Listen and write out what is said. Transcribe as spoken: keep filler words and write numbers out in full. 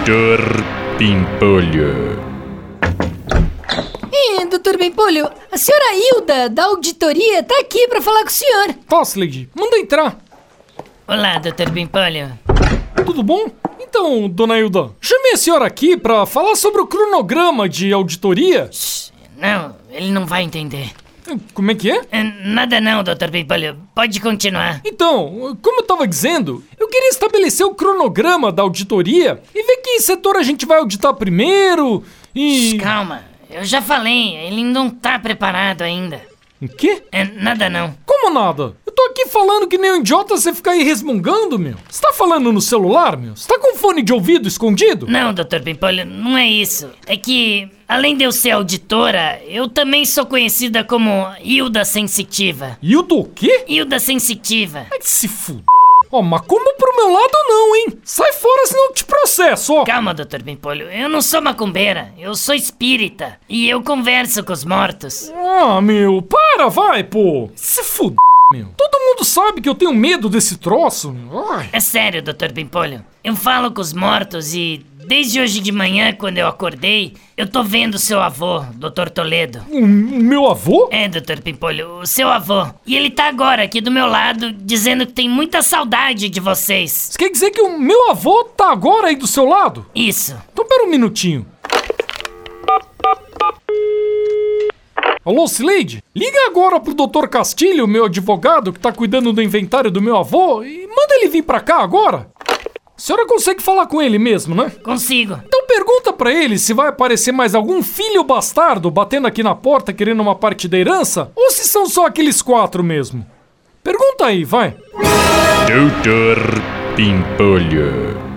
doutor Pimpolho. Ih, doutor Pimpolho, a senhora Hilda, da auditoria, tá aqui pra falar com o senhor. Tá, Slade, manda entrar. Olá, doutor Pimpolho. Tudo bom? Então, dona Hilda, chamei a senhora aqui pra falar sobre o cronograma de auditoria. Shhh, não, ele não vai entender. Como é que é? É, Nada não, doutor Pimpolho. Pode continuar. Então, como eu tava dizendo, eu queria estabelecer o cronograma da auditoria e ver que setor a gente vai auditar primeiro e... Shhh, calma, eu já falei, ele não tá preparado ainda. O quê? É, nada não. Como nada? Eu tô aqui falando que nem um idiota, você fica aí resmungando, meu. Você tá falando no celular, meu? Você tá com fone de ouvido escondido? Não, doutor Pimpolho, não é isso. É que, além de eu ser auditora, eu também sou conhecida como Hilda Sensitiva. Hilda o quê? Hilda Sensitiva. Ai, se fuder. Ó, mas como pro meu lado não, hein? Sai fora, senão eu te processo, ó. Calma, doutor Pimpolho, eu não sou macumbeira, eu sou espírita. E eu converso com os mortos. Ah, meu, para, vai, pô. Se fuder, meu. Todo mundo sabe que eu tenho medo desse troço, meu. Ai. É sério, doutor Pimpolho. Eu falo com os mortos e, desde hoje de manhã, quando eu acordei, eu tô vendo seu avô, doutor Toledo. O, o meu avô? É, doutor Pimpolho, o seu avô. E ele tá agora aqui do meu lado, dizendo que tem muita saudade de vocês. Você quer dizer que o meu avô tá agora aí do seu lado? Isso. Então pera um minutinho. Alô, Slade? Liga agora pro doutor Castilho, meu advogado, que tá cuidando do inventário do meu avô, e manda ele vir pra cá agora. A senhora consegue falar com ele mesmo, né? Consigo. Então pergunta pra ele se vai aparecer mais algum filho bastardo batendo aqui na porta querendo uma parte da herança, ou se são só aqueles quatro mesmo. Pergunta aí, vai. doutor Pimpolho.